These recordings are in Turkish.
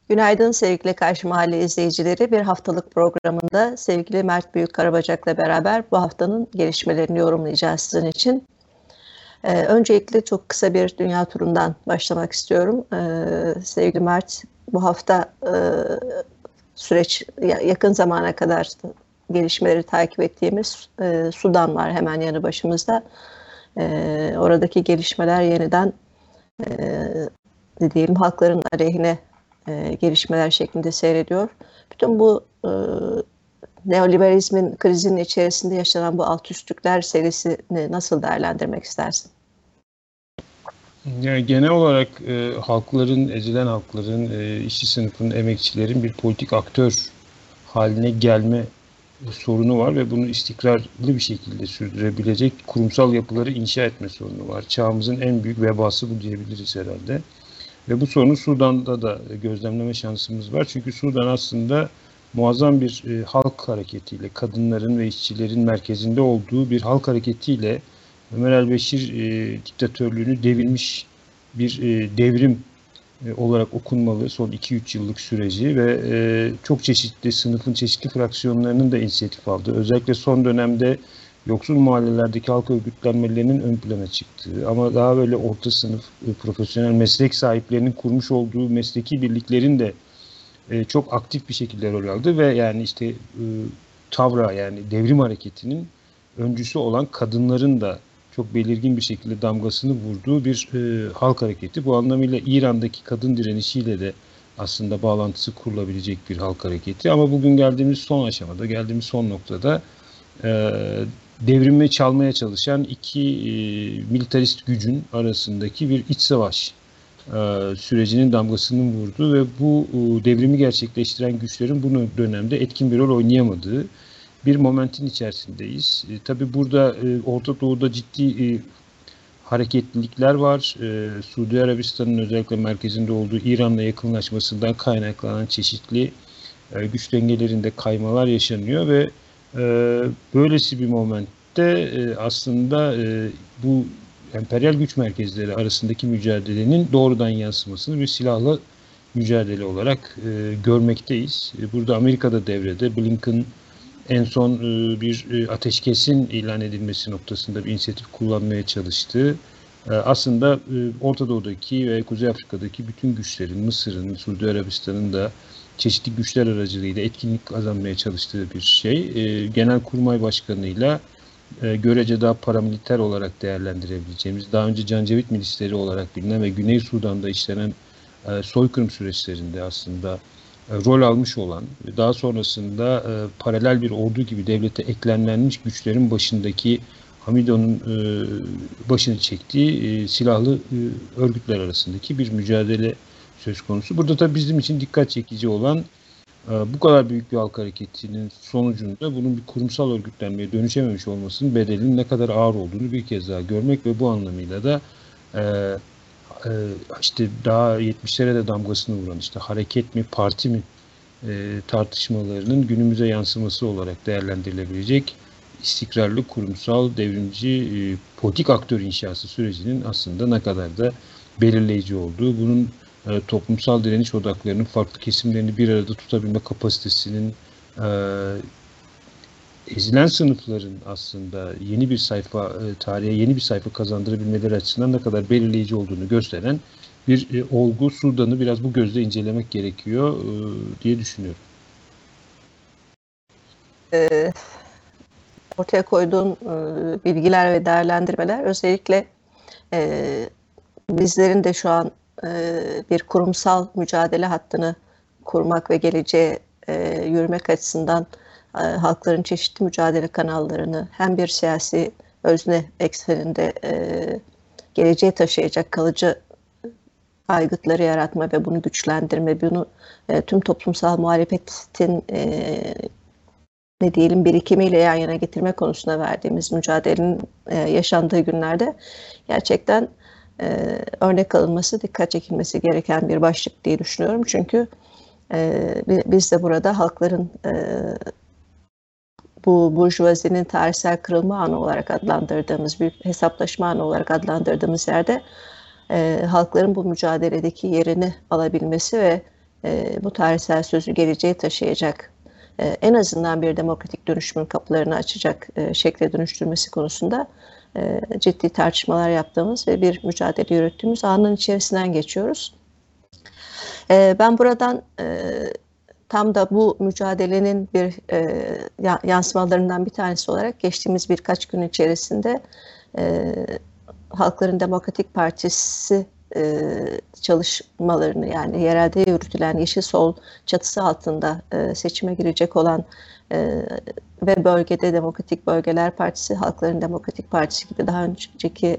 Günaydın sevgili Karşı Mahalle izleyicileri. Bir haftalık programında sevgili Mert Büyükkarabacak'la beraber bu haftanın gelişmelerini yorumlayacağız sizin için. Öncelikle çok kısa bir dünya turundan başlamak istiyorum. Sevgili Mert, bu hafta süreç yakın zamana kadar gelişmeleri takip ettiğimiz Sudan var hemen yanı başımızda. Oradaki gelişmeler yeniden ne diyelim halkların aleyhine gelişmeler şeklinde seyrediyor. Bütün bu neoliberalizmin krizinin içerisinde yaşanan bu alt üstlükler serisini nasıl değerlendirmek istersin? Yani genel olarak halkların, ezilen halkların, işçi sınıfının, emekçilerin bir politik aktör haline gelme sorunu var ve bunu istikrarlı bir şekilde sürdürebilecek kurumsal yapıları inşa etme sorunu var. Çağımızın en büyük vebası bu diyebiliriz herhalde. Ve bu sorunu Sudan'da da gözlemleme şansımız var. Çünkü Sudan aslında muazzam bir halk hareketiyle, kadınların ve işçilerin merkezinde olduğu bir halk hareketiyle Ömer el-Beşir diktatörlüğünü devirmiş bir devrim olarak okunmalı son 2-3 yıllık süreci ve çok çeşitli sınıfın çeşitli fraksiyonlarının da inisiyatif aldığı, özellikle son dönemde yoksul mahallelerdeki halk örgütlenmelerinin ön plana çıktığı ama daha böyle orta sınıf, profesyonel meslek sahiplerinin kurmuş olduğu mesleki birliklerin de çok aktif bir şekilde rol aldı ve yani işte Tavra yani devrim hareketinin öncüsü olan kadınların da çok belirgin bir şekilde damgasını vurduğu bir halk hareketi. Bu anlamıyla İran'daki kadın direnişiyle de aslında bağlantısı kurulabilecek bir halk hareketi. Ama bugün geldiğimiz son aşamada, geldiğimiz son noktada devrimi çalmaya çalışan iki militarist gücün arasındaki bir iç savaş sürecinin damgasını vurdu ve bu devrimi gerçekleştiren güçlerin bu dönemde etkin bir rol oynayamadığı bir momentin içerisindeyiz. Tabii burada Orta Doğu'da ciddi hareketlilikler var. Suudi Arabistan'ın özellikle merkezinde olduğu İran'la yakınlaşmasından kaynaklanan çeşitli güç dengelerinde kaymalar yaşanıyor ve böylesi bir momentte aslında bu emperyal güç merkezleri arasındaki mücadelenin doğrudan yansımasını bir silahlı mücadele olarak görmekteyiz. Burada Amerika'da devrede. Blinken en son bir ateşkesin ilan edilmesi noktasında bir inisiyatif kullanmaya çalıştı. Aslında Orta Doğu'daki ve Kuzey Afrika'daki bütün güçlerin, Mısır'ın, Suudi Arabistan'ın da çeşitli güçler aracılığıyla etkinlik kazanmaya çalıştığı bir şey. Genelkurmay Başkanı'yla görece daha paramiliter olarak değerlendirebileceğimiz, daha önce Cancavit milisleri olarak bilinen ve Güney Sudan'da işlenen soykırım süreçlerinde aslında rol almış olan ve daha sonrasında paralel bir ordu gibi devlete eklemlenmiş güçlerin başındaki Hamido'nun başını çektiği silahlı örgütler arasındaki bir mücadele söz konusu. Burada tabii bizim için dikkat çekici olan bu kadar büyük bir halk hareketinin sonucunda bunun bir kurumsal örgütlenmeye dönüşememiş olmasının bedelinin ne kadar ağır olduğunu bir kez daha görmek ve bu anlamıyla da işte daha 70'lere de damgasını vuran işte hareket mi parti mi tartışmalarının günümüze yansıması olarak değerlendirilebilecek istikrarlı kurumsal devrimci politik aktör inşası sürecinin aslında ne kadar da belirleyici olduğu, bunun toplumsal direniş odaklarının farklı kesimlerini bir arada tutabilme kapasitesinin ezilen sınıfların aslında yeni bir sayfa, tarihe yeni bir sayfa kazandırabilmeleri açısından ne kadar belirleyici olduğunu gösteren bir olgu. Sudan'ı biraz bu gözle incelemek gerekiyor diye düşünüyorum. Ortaya koyduğun bilgiler ve değerlendirmeler özellikle bizlerin de şu an bir kurumsal mücadele hattını kurmak ve geleceğe yürümek açısından halkların çeşitli mücadele kanallarını hem bir siyasi özne ekseninde geleceğe taşıyacak kalıcı aygıtları yaratma ve bunu güçlendirme, bunu tüm toplumsal muhalefetin ne diyelim birikimiyle yan yana getirme konusuna verdiğimiz mücadelenin yaşandığı günlerde gerçekten örnek alınması, dikkat çekilmesi gereken bir başlık diye düşünüyorum. Çünkü biz de burada halkların bu burjuvazinin tarihsel kırılma anı olarak adlandırdığımız, büyük hesaplaşma anı olarak adlandırdığımız yerde halkların bu mücadeledeki yerini alabilmesi ve bu tarihsel sözü geleceğe taşıyacak, en azından bir demokratik dönüşümün kapılarını açacak şekle dönüştürmesi konusunda ciddi tartışmalar yaptığımız ve bir mücadele yürüttüğümüz anın içerisinden geçiyoruz. Ben buradan tam da bu mücadelenin bir yansımalarından bir tanesi olarak geçtiğimiz birkaç gün içerisinde Halkların Demokratik Partisi çalışmalarını, yani yerelde yürütülen Yeşil Sol çatısı altında seçime girecek olan ve bölgede Demokratik Bölgeler Partisi, Halkların Demokratik Partisi gibi daha önceki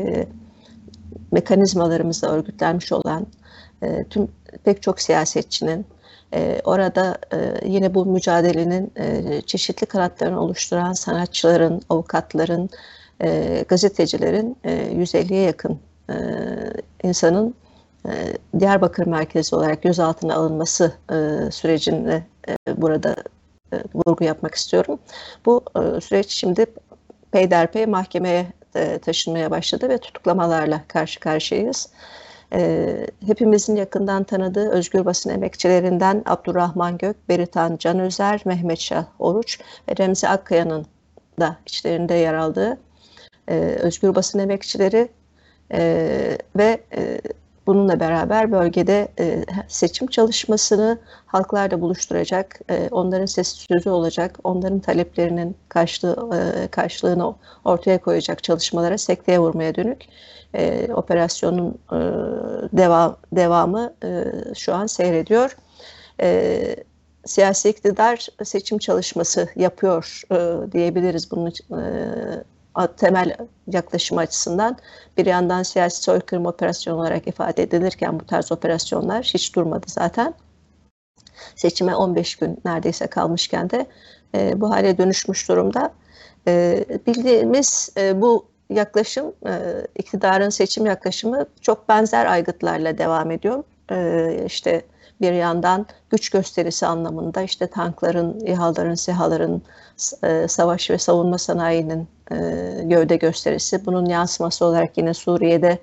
mekanizmalarımızda örgütlenmiş olan pek çok siyasetçinin orada yine bu mücadelenin çeşitli kanatlarını oluşturan sanatçıların, avukatların, gazetecilerin 150'ye yakın insanın Diyarbakır merkezi olarak gözaltına alınması sürecini burada vurgu yapmak istiyorum. Bu süreç şimdi peyderpey mahkemeye taşınmaya başladı ve tutuklamalarla karşı karşıyayız. Hepimizin yakından tanıdığı özgür basın emekçilerinden Abdurrahman Gök, Beritan Canözer, Mehmet Şah Oruç ve Remzi Akkaya'nın da içlerinde yer aldığı özgür basın emekçileri ve bununla beraber bölgede seçim çalışmasını halklarla buluşturacak, onların sesi sözü olacak, onların taleplerinin karşılığını ortaya koyacak çalışmalara sekteye vurmaya dönük operasyonun devamı şu an seyrediyor. Siyasi iktidar seçim çalışması yapıyor diyebiliriz bunun temel yaklaşım açısından. Bir yandan siyasi soykırım operasyonu olarak ifade edilirken bu tarz operasyonlar hiç durmadı zaten. Seçime 15 gün neredeyse kalmışken de bu hale dönüşmüş durumda. Bildiğimiz bu yaklaşım, iktidarın seçim yaklaşımı çok benzer aygıtlarla devam ediyor. İşte bir yandan güç gösterisi anlamında işte tankların, İHA'ların, SİHA'ların, savaş ve savunma sanayinin gövde gösterisi. Bunun yansıması olarak yine Suriye'de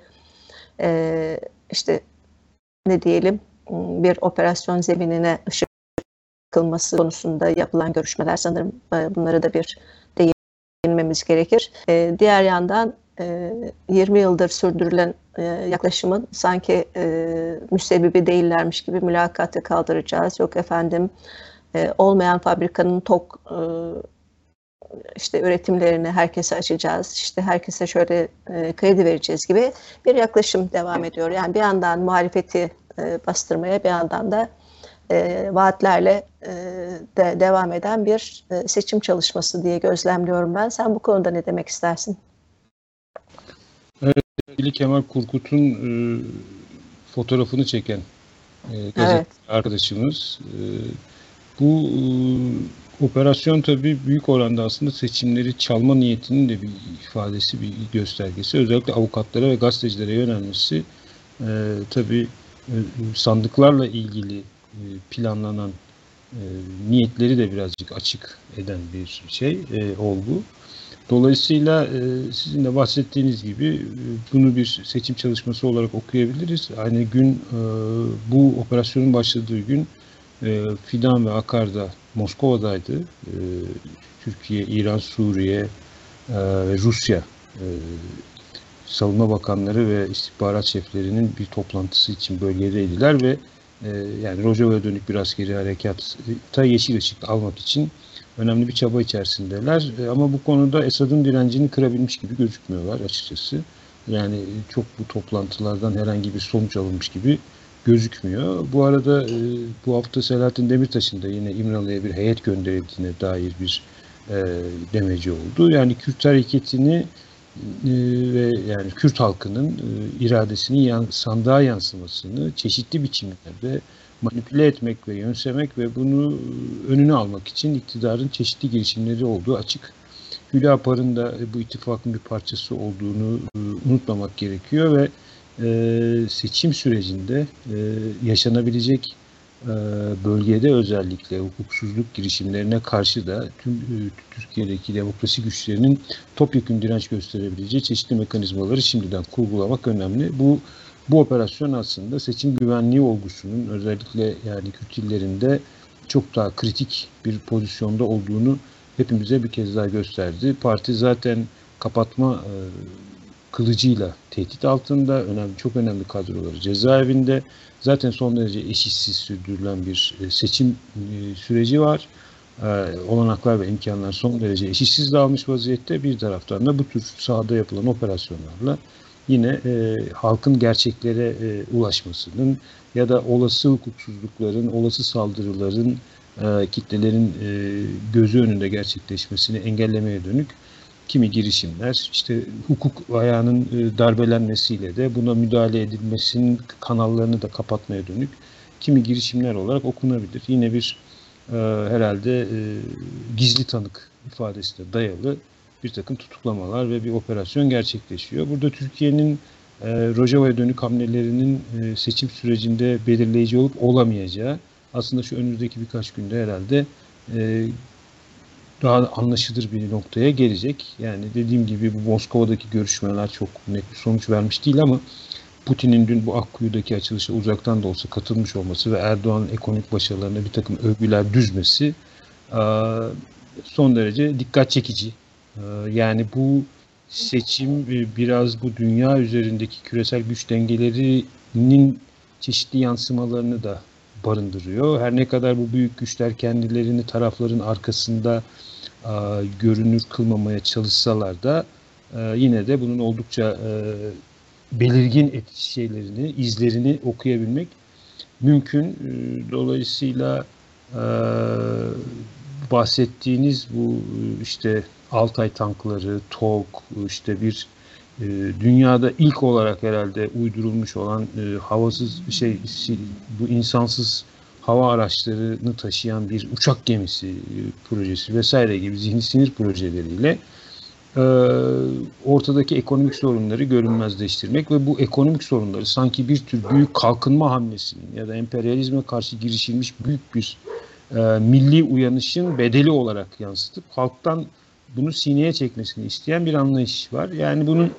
işte ne diyelim bir operasyon zeminine ışık yakılması konusunda yapılan görüşmeler, sanırım bunları da bir değinmemiz gerekir. Diğer yandan 20 yıldır sürdürülen yaklaşımın sanki müsebbibi değillermiş gibi mülakatı kaldıracağız. Yok efendim olmayan fabrikanın tok işte üretimlerini herkese açacağız. İşte herkese şöyle kredi vereceğiz gibi bir yaklaşım devam ediyor. Yani bir yandan muhalefeti bastırmaya, bir yandan da vaatlerle de devam eden bir seçim çalışması diye gözlemliyorum ben. Sen bu konuda ne demek istersin? Evet, Kemal Korkut'un fotoğrafını çeken gazeteci arkadaşımız. Bu operasyon tabii büyük oranda aslında seçimleri çalma niyetinin de bir ifadesi, bir göstergesi. Özellikle avukatlara ve gazetecilere yönelmesi tabii sandıklarla ilgili planlanan niyetleri de birazcık açık eden bir şey, olgu. Dolayısıyla sizin de bahsettiğiniz gibi bunu bir seçim çalışması olarak okuyabiliriz. Aynı gün bu operasyonun başladığı gün Fidan ve Akar da Moskova'daydı. Türkiye, İran, Suriye ve Rusya savunma bakanları ve istihbarat şeflerinin bir toplantısı için bölgedeydiler ve yani Rojava'ya dönük bir askeri harekata yeşil ışık almak için önemli bir çaba içerisindeler. Ama bu konuda Esad'ın direncini kırabilmiş gibi gözükmüyorlar açıkçası. Yani çok bu toplantılardan herhangi bir sonuç alınmış gibi gözükmüyor. Bu arada bu hafta Selahattin Demirtaş'ın da yine İmralı'ya bir heyet gönderildiğine dair bir demeci oldu. Yani Kürt hareketini ve yani Kürt halkının iradesinin sandığa yansımasını çeşitli biçimlerde manipüle etmek ve yönsemek ve bunu önüne almak için iktidarın çeşitli girişimleri olduğu açık. Hüdapar'ın da bu ittifakın bir parçası olduğunu unutmamak gerekiyor ve seçim sürecinde yaşanabilecek bölgede özellikle hukuksuzluk girişimlerine karşı da tüm Türkiye'deki demokrasi güçlerinin topyekün direnç gösterebileceği çeşitli mekanizmaları şimdiden kurgulamak önemli. Bu Bu operasyon aslında seçim güvenliği olgusunun özellikle yani Kürt illerinde çok daha kritik bir pozisyonda olduğunu hepimize bir kez daha gösterdi. Parti zaten kapatma kılıcıyla tehdit altında, çok önemli kadroları cezaevinde. Zaten son derece eşitsiz sürdürülen bir seçim süreci var. Olanaklar ve imkanlar son derece eşitsiz dağılmış vaziyette. Bir taraftan da bu tür sahada yapılan operasyonlarla yine halkın gerçeklere ulaşmasının ya da olası hukuksuzlukların, olası saldırıların, kitlelerin gözü önünde gerçekleşmesini engellemeye dönük kimi girişimler, işte hukuk ayağının darbelenmesiyle de buna müdahale edilmesinin kanallarını da kapatmaya dönük kimi girişimler olarak okunabilir. Yine bir herhalde gizli tanık ifadesine dayalı bir takım tutuklamalar ve bir operasyon gerçekleşiyor. Burada Türkiye'nin Rojava'ya dönük hamlelerinin seçim sürecinde belirleyici olup olamayacağı aslında şu önümüzdeki birkaç günde herhalde daha anlaşılır bir noktaya gelecek. Yani dediğim gibi bu Moskova'daki görüşmeler çok net bir sonuç vermiş değil ama Putin'in dün bu Akkuyu'daki açılışa uzaktan da olsa katılmış olması ve Erdoğan'ın ekonomik başarılarına bir takım övgüler düzmesi son derece dikkat çekici. Yani bu seçim biraz bu dünya üzerindeki küresel güç dengelerinin çeşitli yansımalarını da barındırıyor. Her ne kadar bu büyük güçler kendilerini tarafların arkasında görünür kılmamaya çalışsalar da yine de bunun oldukça belirgin izlerini okuyabilmek mümkün. Dolayısıyla bahsettiğiniz bu işte Altay tankları, TOG, işte bir dünyada ilk olarak herhalde uydurulmuş olan havasız bu insansız hava araçlarını taşıyan bir uçak gemisi projesi vesaire gibi zihni sinir projeleriyle ortadaki ekonomik sorunları görünmezleştirmek ve bu ekonomik sorunları sanki bir tür büyük kalkınma hamlesinin ya da emperyalizme karşı girişilmiş büyük bir milli uyanışın bedeli olarak yansıtıp halktan bunu sineye çekmesini isteyen bir anlayış var. Yani bunun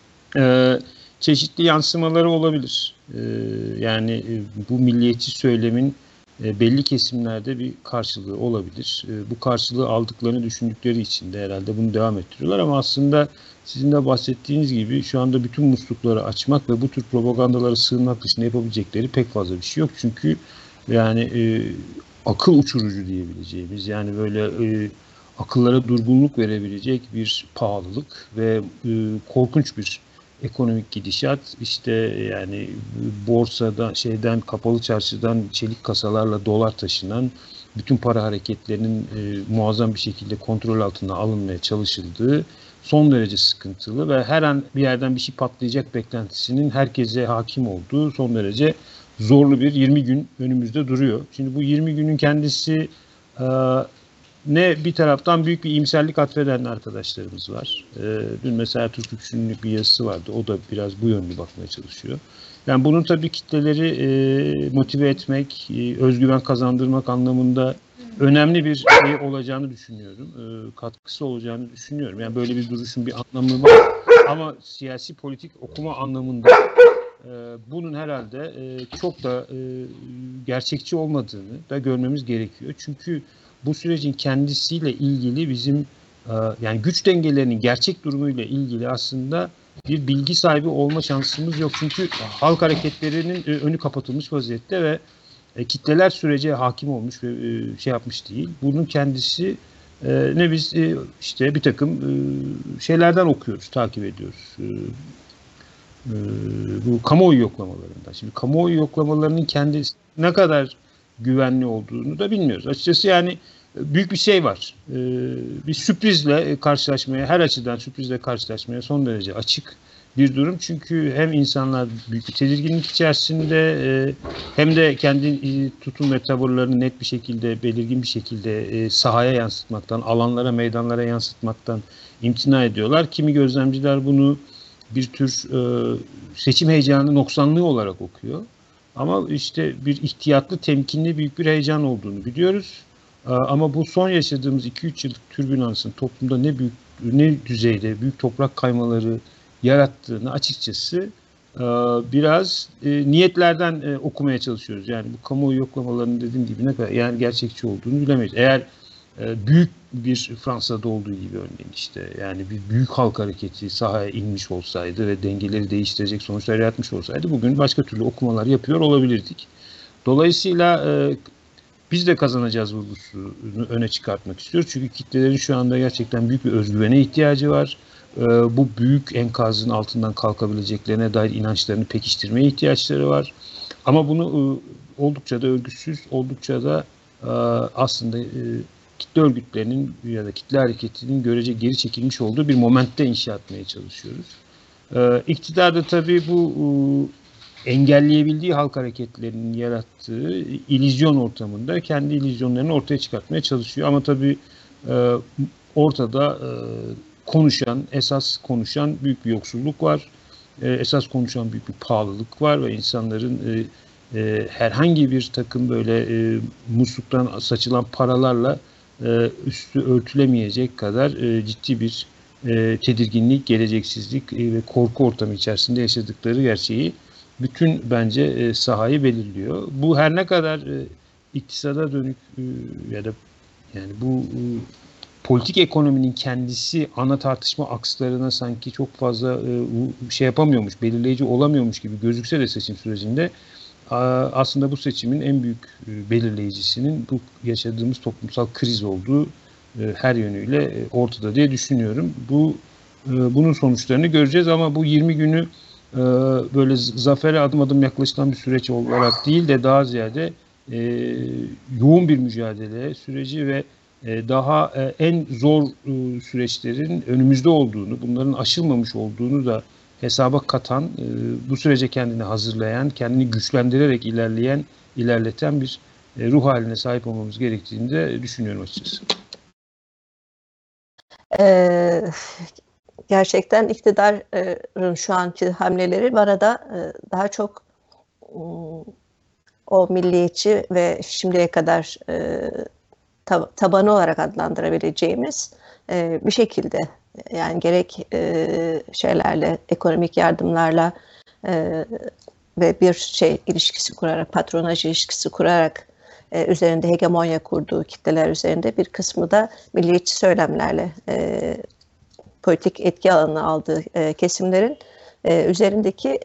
çeşitli yansımaları olabilir. Yani bu milliyetçi söylemin belli kesimlerde bir karşılığı olabilir. Bu karşılığı aldıklarını düşündükleri için de herhalde bunu devam ettiriyorlar ama aslında sizin de bahsettiğiniz gibi şu anda bütün muslukları açmak ve bu tür propagandalara sığınmak dışında yapabilecekleri pek fazla bir şey yok. Çünkü yani akıl uçurucu diyebileceğimiz yani böyle akıllara durgunluk verebilecek bir pahalılık ve korkunç bir ekonomik gidişat işte yani borsada kapalı çarşıdan çelik kasalarla dolar taşınan bütün para hareketlerinin muazzam bir şekilde kontrol altına alınmaya çalışıldığı son derece sıkıntılı ve her an bir yerden bir şey patlayacak beklentisinin herkese hakim olduğu son derece zorlu bir 20 gün önümüzde duruyor. Şimdi bu 20 günün kendisi ne bir taraftan büyük bir iyimserlik atfeden arkadaşlarımız var. Dün mesela Türk Hükümlülük bir yazısı vardı. O da biraz bu yönlü bakmaya çalışıyor. Yani bunun tabii kitleleri motive etmek, özgüven kazandırmak anlamında önemli bir şey olacağını düşünüyorum. Katkısı olacağını düşünüyorum. Yani böyle bir duruşun bir anlamı var. Ama siyasi politik okuma anlamında bunun herhalde çok da gerçekçi olmadığını da görmemiz gerekiyor. Çünkü bu sürecin kendisiyle ilgili bizim yani güç dengelerinin gerçek durumuyla ilgili aslında bir bilgi sahibi olma şansımız yok. Çünkü halk hareketlerinin önü kapatılmış vaziyette ve kitleler sürece hakim olmuş ve şey yapmış değil. Bunun kendisi ne biz işte bir takım şeylerden okuyoruz, takip ediyoruz. Bu kamuoyu yoklamalarında. Şimdi kamuoyu yoklamalarının kendisi ne kadar güvenli olduğunu da bilmiyoruz. Açıkçası yani büyük bir şey var. Bir sürprizle karşılaşmaya, her açıdan sürprizle karşılaşmaya son derece açık bir durum. Çünkü hem insanlar büyük bir tedirginlik içerisinde hem de kendi tutum ve tavırlarını net bir şekilde, belirgin bir şekilde sahaya yansıtmaktan, alanlara, meydanlara yansıtmaktan imtina ediyorlar. Kimi gözlemciler bunu bir tür seçim heyecanı noksanlığı olarak okuyor. Ama işte bir ihtiyatlı, temkinli büyük bir heyecan olduğunu biliyoruz. Ama bu son yaşadığımız 2-3 yıllık türbülansın toplumda ne düzeyde büyük toprak kaymaları yarattığını açıkçası biraz niyetlerden okumaya çalışıyoruz. Yani bu kamuoyu yoklamalarının dediğim gibi ne kadar yani gerçekçi olduğunu bilemeyiz. Eğer büyük bir Fransa'da olduğu gibi örneğin işte yani bir büyük halk hareketi sahaya inmiş olsaydı ve dengeleri değiştirecek sonuçlar yaratmış olsaydı bugün başka türlü okumalar yapıyor olabilirdik. Dolayısıyla biz de kazanacağız vurgusunu öne çıkartmak istiyoruz. Çünkü kitlelerin şu anda gerçekten büyük bir özgüvene ihtiyacı var. Bu büyük enkazın altından kalkabileceklerine dair inançlarını pekiştirmeye ihtiyaçları var. Ama bunu oldukça da örgütsüz, oldukça da aslında kitle örgütlerinin ya da kitle hareketinin görece geri çekilmiş olduğu bir momentte inşa etmeye çalışıyoruz. İktidar da tabii bu engelleyebildiği halk hareketlerinin yarattığı illüzyon ortamında kendi illüzyonlarını ortaya çıkartmaya çalışıyor. Ama tabii ortada esas konuşan büyük bir yoksulluk var. Esas konuşan büyük bir pahalılık var ve insanların herhangi bir takım böyle musluktan saçılan paralarla üstü örtülemeyecek kadar ciddi bir tedirginlik, geleceksizlik ve korku ortamı içerisinde yaşadıkları gerçeği bütün bence sahayı belirliyor. Bu her ne kadar iktisada dönük ya da yani bu politik ekonominin kendisi ana tartışma akslarına sanki çok fazla şey yapamıyormuş, belirleyici olamıyormuş gibi gözükse de seçim sürecinde aslında bu seçimin en büyük belirleyicisinin bu yaşadığımız toplumsal kriz olduğu her yönüyle ortada diye düşünüyorum. Bunun sonuçlarını göreceğiz ama bu 20 günü böyle zafere adım adım yaklaşılan bir süreç olarak değil de daha ziyade yoğun bir mücadele süreci ve daha en zor süreçlerin önümüzde olduğunu, bunların aşılmamış olduğunu da hesaba katan, bu sürece kendini hazırlayan, kendini güçlendirerek ilerleten bir ruh haline sahip olmamız gerektiğini de düşünüyorum açıkçası. Gerçekten iktidarın şu anki hamleleri bana da daha çok o milliyetçi ve şimdiye kadar tabanı olarak adlandırabileceğimiz bir şekilde yani gerek şeylerle, ekonomik yardımlarla ve bir ilişkisi kurarak, patronaj ilişkisi kurarak üzerinde hegemonya kurduğu kitleler üzerinde bir kısmı da milliyetçi söylemlerle politik etki alanına aldığı kesimlerin üzerindeki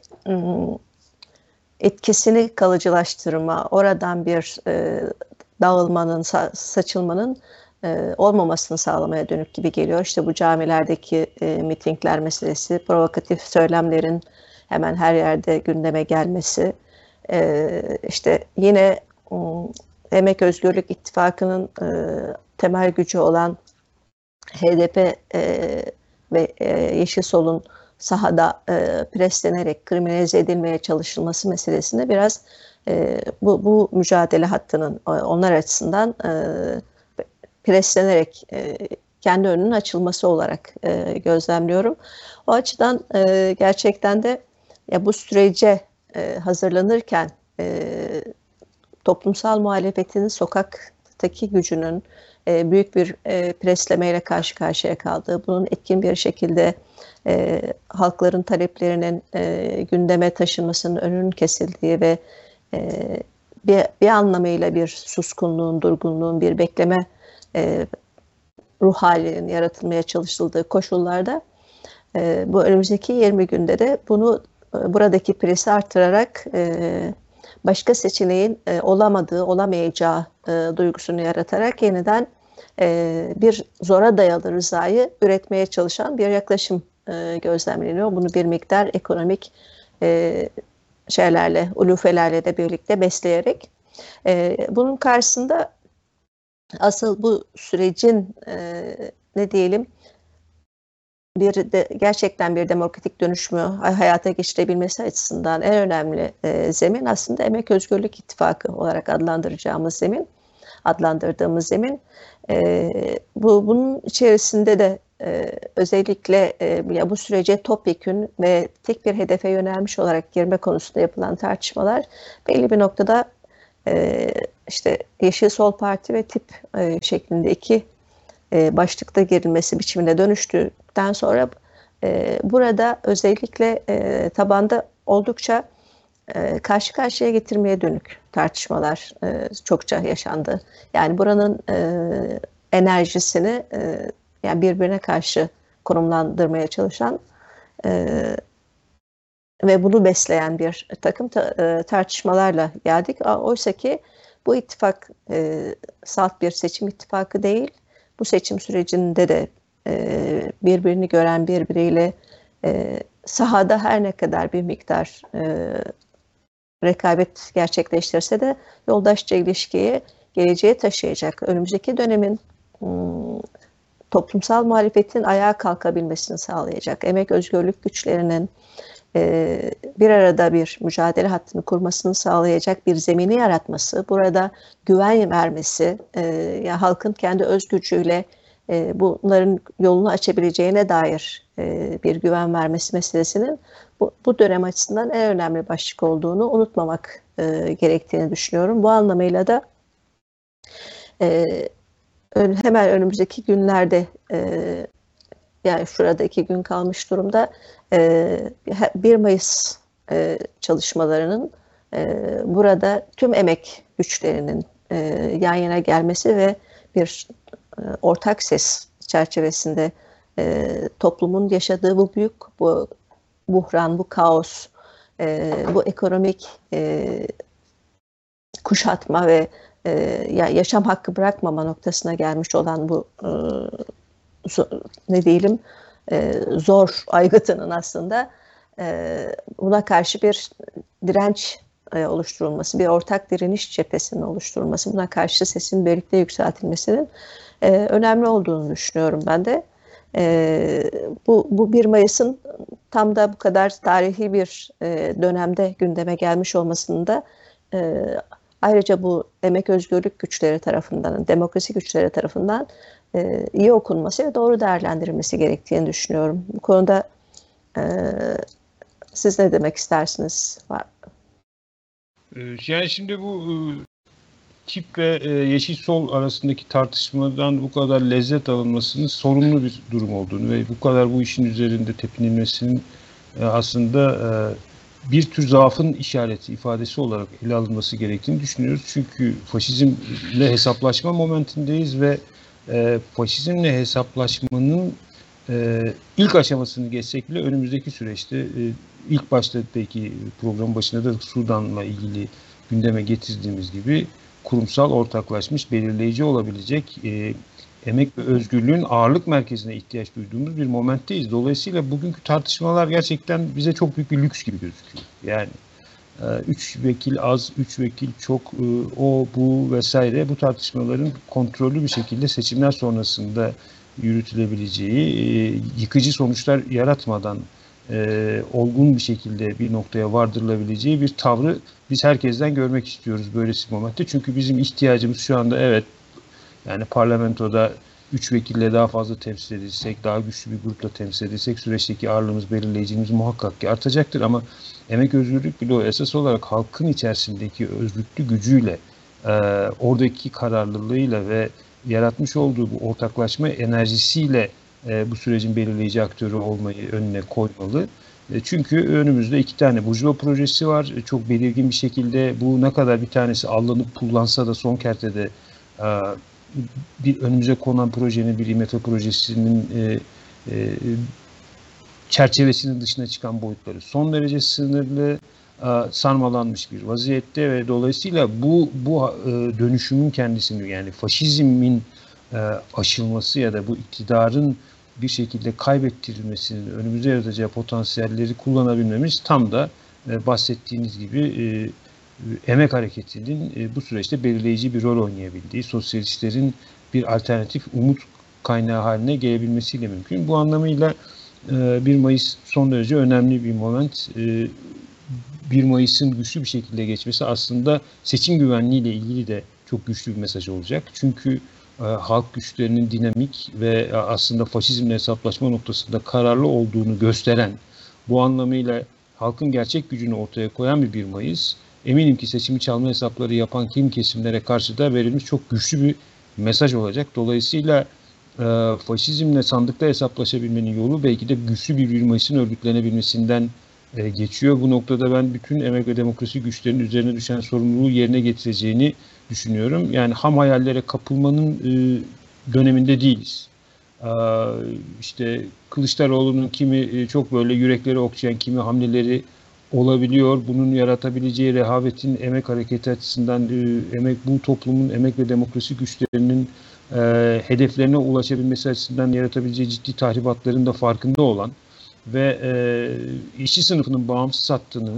etkisini kalıcılaştırma, oradan bir dağılmanın, saçılmanın olmamasını sağlamaya dönük gibi geliyor. İşte bu camilerdeki mitingler meselesi, provokatif söylemlerin hemen her yerde gündeme gelmesi, işte yine Emek Özgürlük İttifakı'nın temel gücü olan HDP ve Yeşil Sol'un sahada preslenerek kriminalize edilmeye çalışılması meselesinde biraz bu mücadele hattının onlar açısından preslenerek kendi önünün açılması olarak gözlemliyorum. O açıdan gerçekten de ya bu sürece hazırlanırken toplumsal muhalefetin sokaktaki gücünün büyük bir preslemeyle karşı karşıya kaldığı, bunun etkin bir şekilde halkların taleplerinin gündeme taşınmasının önünün kesildiği ve bir anlamıyla bir suskunluğun, durgunluğun, bir bekleme ruh halinin yaratılmaya çalışıldığı koşullarda bu önümüzdeki 20 günde de bunu buradaki presi artırarak başka seçeneğin olamayacağı duygusunu yaratarak yeniden bir zora dayalı rızayı üretmeye çalışan bir yaklaşım gözlemleniyor. Bunu bir miktar ekonomik ulufelerle de birlikte besleyerek. Bunun karşısında asıl bu sürecin gerçekten bir demokratik dönüşümü hayata geçirebilmesi açısından en önemli zemin aslında Emek Özgürlük İttifakı olarak adlandırdığımız zemin. Bunun içerisinde de özellikle bu sürece topyekün ve tek bir hedefe yönelmiş olarak girme konusunda yapılan tartışmalar belli bir noktada işte Yeşil Sol Parti ve tip şeklinde iki başlıkta girilmesi biçimine dönüştükten sonra burada özellikle tabanda oldukça karşı karşıya getirmeye dönük tartışmalar çokça yaşandı. Yani buranın enerjisini yani birbirine karşı konumlandırmaya çalışan ve bunu besleyen bir takım tartışmalarla geldik. Oysa ki bu ittifak salt bir seçim ittifakı değil. Bu seçim sürecinde de birbirini gören, birbiriyle sahada her ne kadar bir miktar rekabet gerçekleştirse de yoldaşça ilişkiyi geleceğe taşıyacak, önümüzdeki dönemin toplumsal muhalefetin ayağa kalkabilmesini sağlayacak, emek özgürlük güçlerinin bir arada bir mücadele hattını kurmasını sağlayacak bir zemini yaratması, burada güven vermesi, yani halkın kendi öz gücüyle bunların yolunu açabileceğine dair bir güven vermesi meselesinin bu dönem açısından en önemli başlık olduğunu unutmamak gerektiğini düşünüyorum. Bu anlamıyla da hemen önümüzdeki günlerde yani şurada 2 gün kalmış durumda 1 Mayıs çalışmalarının burada tüm emek güçlerinin yan yana gelmesi ve bir ortak ses çerçevesinde toplumun yaşadığı bu büyük buhran, bu kaos, bu ekonomik kuşatma ve yaşam hakkı bırakmama noktasına gelmiş olan bu ne diyelim zor aygıtının aslında buna karşı bir direnç oluşturulması, bir ortak direniş cephesinin oluşturulması, buna karşı sesin birlikte yükseltilmesinin önemli olduğunu düşünüyorum ben de. Bu 1 Mayıs'ın tam da bu kadar tarihi bir dönemde gündeme gelmiş olmasının da ayrıca bu emek özgürlük güçleri tarafından, demokrasi güçleri tarafından iyi okunması ve doğru değerlendirilmesi gerektiğini düşünüyorum. Bu konuda siz ne demek istersiniz? Yani şimdi bu tip ve Yeşil Sol arasındaki tartışmadan bu kadar lezzet alınmasının sorunlu bir durum olduğunu ve bu kadar bu işin üzerinde tepinilmesinin aslında bir tür zaafın işareti, ifadesi olarak ele alınması gerektiğini düşünüyoruz. Çünkü faşizmle hesaplaşma momentindeyiz ve faşizmle hesaplaşmanın ilk aşamasını geçsek bile önümüzdeki süreçte ilk başta belki programın başında da Sudan'la ilgili gündeme getirdiğimiz gibi kurumsal ortaklaşmış, belirleyici olabilecek emek ve özgürlüğün ağırlık merkezine ihtiyaç duyduğumuz bir momentteyiz. Dolayısıyla bugünkü tartışmalar gerçekten bize çok büyük bir lüks gibi gözüküyor. Yani 3 vekil az, 3 vekil çok, o bu vesaire, bu tartışmaların kontrollü bir şekilde seçimler sonrasında yürütülebileceği, yıkıcı sonuçlar yaratmadan olgun bir şekilde bir noktaya vardırılabileceği bir tavrı biz herkesten görmek istiyoruz böylesi bir momentte. Çünkü bizim ihtiyacımız şu anda evet, yani parlamentoda 3 vekille daha fazla temsil edilsek, daha güçlü bir grupla temsil edilsek süreçteki ağırlığımız, belirleyicimiz muhakkak ki artacaktır. Ama emek özgürlük bloğu esas olarak halkın içerisindeki özgürlüklü gücüyle, oradaki kararlılığıyla ve yaratmış olduğu bu ortaklaşma enerjisiyle bu sürecin belirleyici aktörü olmayı önüne koymalı. Çünkü önümüzde 2 tane Burjuva projesi var. Çok belirgin bir şekilde bu ne kadar bir tanesi alınıp kullansa da son kertede bir önümüze konan projenin, bir IMF projesinin çerçevesinin dışına çıkan boyutları son derece sınırlı, sarmalanmış bir vaziyette ve dolayısıyla bu dönüşümün kendisini, yani faşizmin aşılması ya da bu iktidarın bir şekilde kaybettirilmesinin önümüze yaratacağı potansiyelleri kullanabilmemiz tam da bahsettiğiniz gibi emek hareketinin bu süreçte belirleyici bir rol oynayabildiği, sosyalistlerin bir alternatif umut kaynağı haline gelebilmesiyle mümkün. Bu anlamıyla 1 Mayıs son derece önemli bir moment. 1 Mayıs'ın güçlü bir şekilde geçmesi aslında seçim güvenliği ile ilgili de çok güçlü bir mesaj olacak. Çünkü halk güçlerinin dinamik ve aslında faşizmle hesaplaşma noktasında kararlı olduğunu gösteren, bu anlamıyla halkın gerçek gücünü ortaya koyan bir 1 Mayıs, eminim ki seçimi çalma hesapları yapan kim kesimlere karşı da verilmiş çok güçlü bir mesaj olacak. Dolayısıyla faşizmle sandıkta hesaplaşabilmenin yolu belki de güçlü bir 1 Mayıs'ın örgütlenebilmesinden geçiyor. Bu noktada ben bütün emek ve demokrasi güçlerinin üzerine düşen sorumluluğu yerine getireceğini düşünüyorum. Yani ham hayallere kapılmanın döneminde değiliz. İşte Kılıçdaroğlu'nun kimi çok böyle yürekleri okşayan kimi hamleleri olabiliyor. Bunun yaratabileceği rehavetin emek hareketi açısından bu toplumun emek ve demokrasi güçlerinin hedeflerine ulaşabilmesi açısından yaratabileceği ciddi tahribatların da farkında olan ve işçi sınıfının bağımsız hattını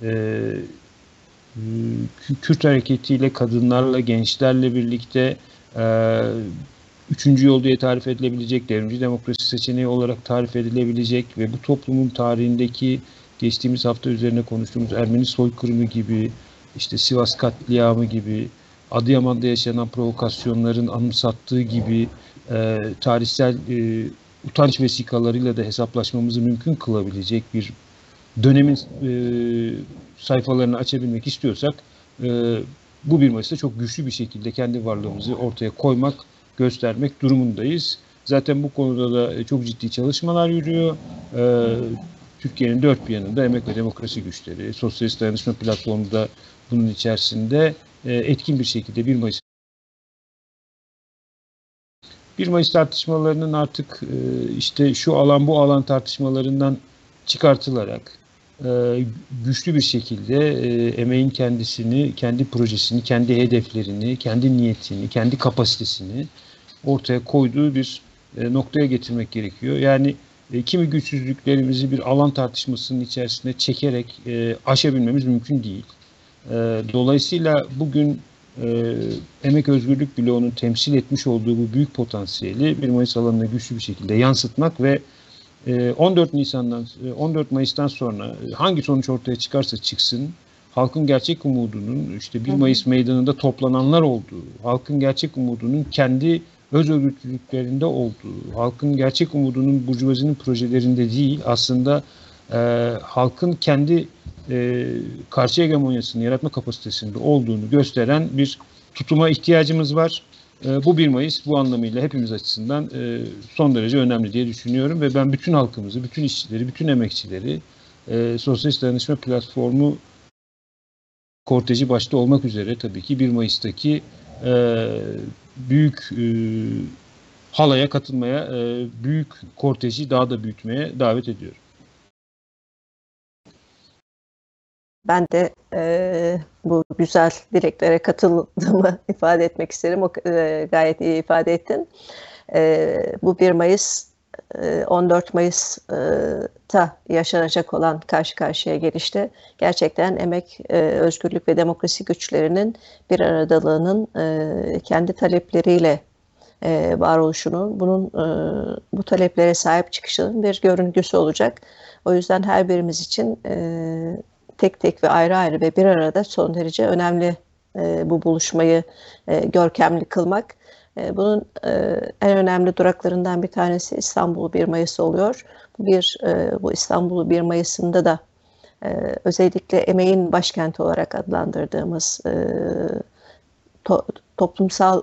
Kürt hareketiyle, kadınlarla, gençlerle birlikte üçüncü yol diye tarif edilebilecek, devrimci demokrasi seçeneği olarak tarif edilebilecek ve bu toplumun tarihindeki geçtiğimiz hafta üzerine konuştuğumuz Ermeni soykırımı gibi, işte Sivas katliamı gibi, Adıyaman'da yaşanan provokasyonların anımsattığı gibi tarihsel utanç vesikalarıyla da hesaplaşmamızı mümkün kılabilecek bir dönemin sayfalarını açabilmek istiyorsak bu 1 Mayıs'ta çok güçlü bir şekilde kendi varlığımızı ortaya koymak, göstermek durumundayız. Zaten bu konuda da çok ciddi çalışmalar yürüyor. Türkiye'nin dört bir yanında emek ve demokrasi güçleri, Sosyalist Dayanışma Platformu da bunun içerisinde etkin bir şekilde 1 Mayıs tartışmalarının artık işte şu alan bu alan tartışmalarından çıkartılarak güçlü bir şekilde emeğin kendisini, kendi projesini, kendi hedeflerini, kendi niyetini, kendi kapasitesini ortaya koyduğu bir noktaya getirmek gerekiyor. Yani kimi güçsüzlüklerimizi bir alan tartışmasının içerisine çekerek aşabilmemiz mümkün değil. Dolayısıyla bugün Emek Özgürlük Bloğu'nun temsil etmiş olduğu bu büyük potansiyeli 1 Mayıs alanına güçlü bir şekilde yansıtmak ve 14 Mayıs'tan sonra hangi sonuç ortaya çıkarsa çıksın, halkın gerçek umudunun işte 1 Mayıs meydanında toplananlar olduğu, halkın gerçek umudunun kendi öz örgütlülüklerinde olduğu, halkın gerçek umudunun burjuvazinin projelerinde değil, aslında halkın kendi karşı hegemonyasını yaratma kapasitesinde olduğunu gösteren bir tutuma ihtiyacımız var. Bu 1 Mayıs bu anlamıyla hepimiz açısından son derece önemli diye düşünüyorum ve ben bütün halkımızı, bütün işçileri, bütün emekçileri Sosyalist Dayanışma Platformu korteji başta olmak üzere tabii ki 1 Mayıs'taki büyük halaya katılmaya, büyük korteji daha da büyütmeye davet ediyorum. Ben de bu güzel dileklere katıldığımı ifade etmek isterim. Gayet iyi ifade ettin. Bu 1 Mayıs, 14 Mayıs'ta yaşanacak olan karşı karşıya gelişte gerçekten emek, özgürlük ve demokrasi güçlerinin bir aradalığının kendi talepleriyle varoluşunun, bu taleplere sahip çıkışının bir görüntüsü olacak. O yüzden her birimiz için tek tek ve ayrı ayrı ve bir arada son derece önemli bu buluşmayı görkemli kılmak. Bunun en önemli duraklarından bir tanesi İstanbul 1 Mayıs oluyor. Bu İstanbul 1 Mayıs'ında da özellikle emeğin başkenti olarak adlandırdığımız toplumsal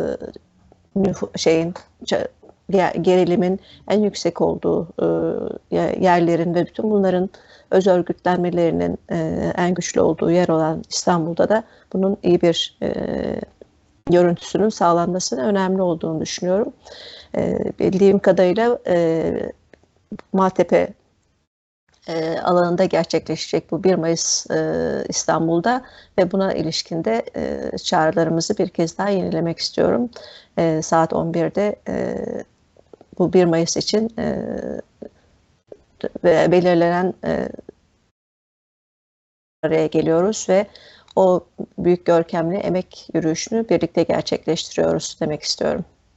gerilimin en yüksek olduğu yerlerin ve bütün bunların öz örgütlenmelerinin en güçlü olduğu yer olan İstanbul'da da bunun iyi bir görüntüsünün sağlanmasının önemli olduğunu düşünüyorum. Bildiğim kadarıyla Maltepe alanında gerçekleşecek bu 1 Mayıs İstanbul'da ve buna ilişkin de çağrılarımızı bir kez daha yenilemek istiyorum. Saat 11'de bu 1 Mayıs için belirlenen araya geliyoruz ve o büyük görkemli emek yürüyüşünü birlikte gerçekleştiriyoruz demek istiyorum.